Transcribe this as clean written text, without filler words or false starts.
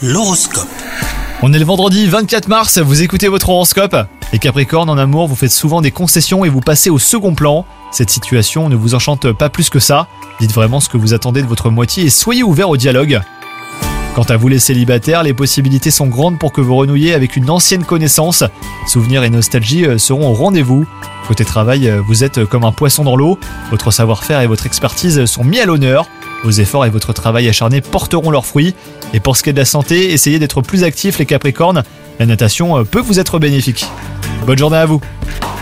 L'horoscope. On est le vendredi 24 mars, vous écoutez votre horoscope. Les Capricornes, en amour, vous faites souvent des concessions et vous passez au second plan. Cette situation ne vous enchante pas plus que ça. Dites vraiment ce que vous attendez de votre moitié et soyez ouverts au dialogue. Quant à vous les célibataires, les possibilités sont grandes pour que vous renouiez avec une ancienne connaissance. Souvenirs et nostalgie seront au rendez-vous. Côté travail, vous êtes comme un poisson dans l'eau. Votre savoir-faire et votre expertise sont mis à l'honneur. Vos efforts et votre travail acharné porteront leurs fruits. Et pour ce qui est de la santé, essayez d'être plus actifs les Capricornes. La natation peut vous être bénéfique. Bonne journée à vous.